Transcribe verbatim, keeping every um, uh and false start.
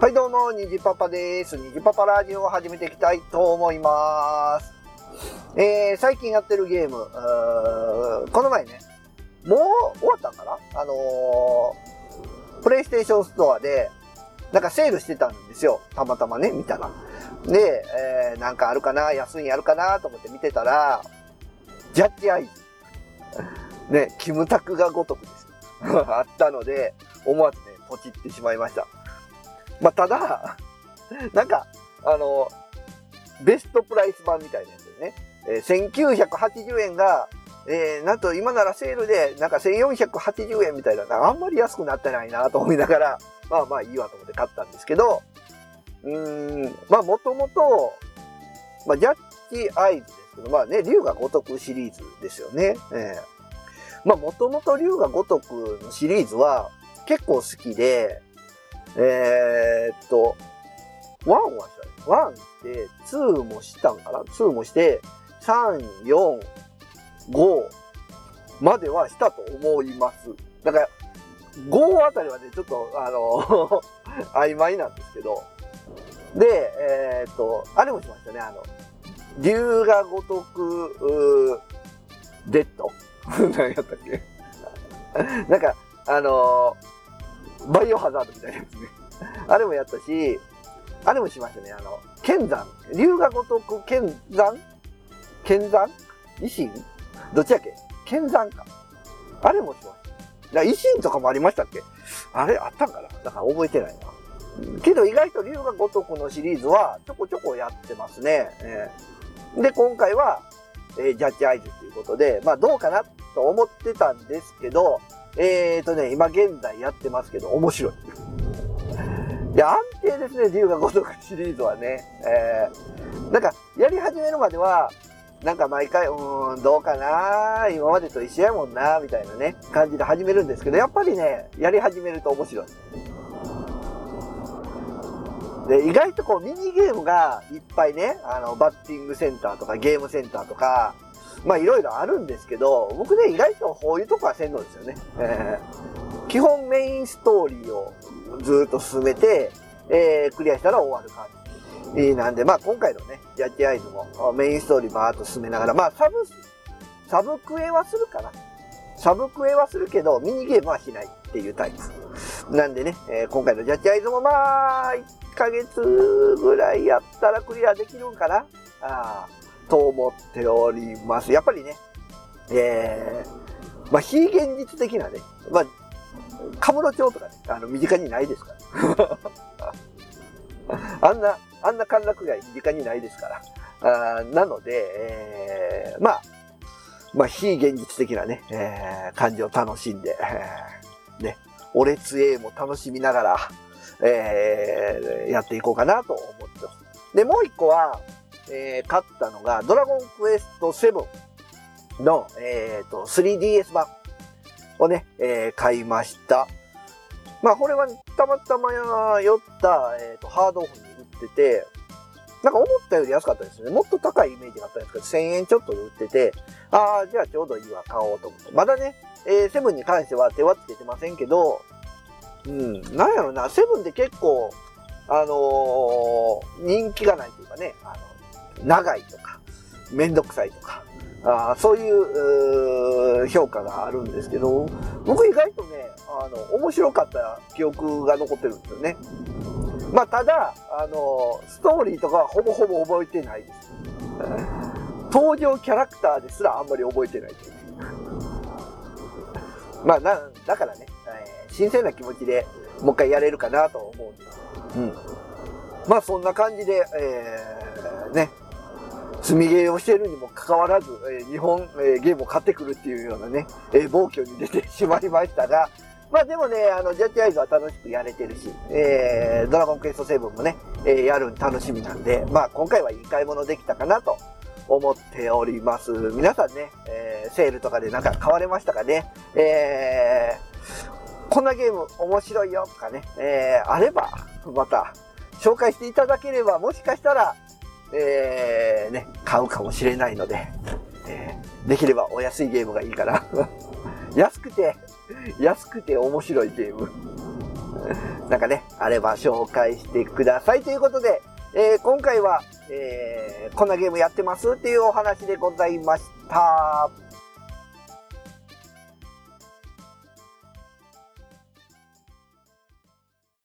はいどうも、にじパパです。にじパパラジオを始めていきたいと思います。えー、最近やってるゲーム、この前ね、もう終わったんかなあのー、プレイステーションストアで、なんかセールしてたんですよ。たまたまね、見たら。で、えー、なんかあるかな安いんあるかなと思って見てたら、ジャッジアイズ。ね、キムタクがごとくですよ。あったので、思わずね、ポチってしまいました。まあ、ただ、なんか、あの、ベストプライス版みたいなやつでね、えー、せんきゅうひゃくはちじゅうえんが、えー、なんと今ならセールで、なんかせんよんひゃくはちじゅうえんみたいな、あんまり安くなってないなと思いながら、まあまあいいわと思って買ったんですけど、うーん、まあもともと、まあジャッジアイズですけど、まあね、龍が如くシリーズですよね。えー、まあもともと龍が如くのシリーズは結構好きで、えー、っと、ワンはしたね。ワンってツーもしたんかな ?ツー もして、さん、よん、ごまではしたと思います。だから、ごあたりはね、ちょっと、あの、曖昧なんですけど。で、えー、っと、あれもしましたね、あの、龍が如く、デッド何やったっけなんか、あのバイオハザードみたいなやつね。あれもやったし、あれもしましたね。あの、剣山。龍が如く剣山剣山維新どっちやっけ剣山か。あれもしました。維新とかもありましたっけあれあったんかなだから覚えてないな。けど意外と龍が如くのシリーズはちょこちょこやってますね。えー、で、今回は、えー、ジャッジアイズということで、まあどうかなと思ってたんですけど、えーとね、今現在やってますけど、面白い。いや、安定ですね、龍が如くシリーズはね。えー、なんか、やり始めるまでは、なんか毎回、うーん、どうかな今までと一緒やもんなみたいなね、感じで始めるんですけど、やっぱりね、やり始めると面白い。で、意外とこう、ミニゲームがいっぱいね、あの、バッティングセンターとかゲームセンターとか、まあいろいろあるんですけど、僕ね、意外とこういうとこはせんのですよね。えー、基本メインストーリーをずーっと進めて、えー、クリアしたら終わる感じ。なんで、まあ今回のね、ジャッジアイズもメインストーリーバーっと進めながら、まあサブ、サブクエはするかな。サブクエはするけど、ミニゲームはしないっていうタイプ。なんでね、えー、今回のジャッジアイズもまあ、いっかげつぐらいやったらクリアできるんかなあと思っております。やっぱりね、えー、まあ非現実的なね、まあ、カムロ町とかね、あの、身近にないですから。あんな、あんな歓楽街身近にないですから。あなので、えー、まあ、まあ、非現実的なね、えー、感じを楽しんで、えー、ね、オレツ A も楽しみながら、えー、やっていこうかなと思ってます。で、もう一個は、えー、買ったのが、ドラゴンクエストセブンの、えーと、スリーディーエス 版をね、えー、買いました。まあ、これはたまたま寄った、えーと、ハードオフに売ってて、なんか思ったより安かったですね。もっと高いイメージがあったんですけど、せんえんちょっとで売ってて、ああ、じゃあちょうどいいわ、買おうと思って。まだね、えー、セブンに関しては手はつけてませんけど、うん、なんやろな、セブンって結構、あのー、人気がないというかね、あの、長いとか、めんどくさいとか、あそういう、うー評価があるんですけど、僕意外とね、あの、面白かった記憶が残ってるんですよね。まあ、ただ、あの、ストーリーとかはほぼほぼ覚えてないです。登場キャラクターですらあんまり覚えてないです。まあ、な、だからね、えー、新鮮な気持ちでもう一回やれるかなと思うんです。うん。まあ、そんな感じで、えー、ね、積みゲーをしているにもかかわらず、えー、日本、えー、ゲームを買ってくるっていうようなね、えー、暴挙に出てしまいましたが、まあでもね、あの、ジャッジアイズは楽しくやれてるし、えー、ドラゴンクエストセブンもね、えー、やるの楽しみなんで、まあ今回はいい買い物できたかなと思っております。皆さんね、えー、セールとかでなんか買われましたかね、えー、こんなゲーム面白いよとかね、えー、あれば、また紹介していただければ、もしかしたら、えー、ね、買うかもしれないので、えー、できればお安いゲームがいいかな。安くて、安くて面白いゲーム。 なんかね、あれば紹介してください。ということで、えー、今回は、えー、こんなゲームやってますっていうお話でございました。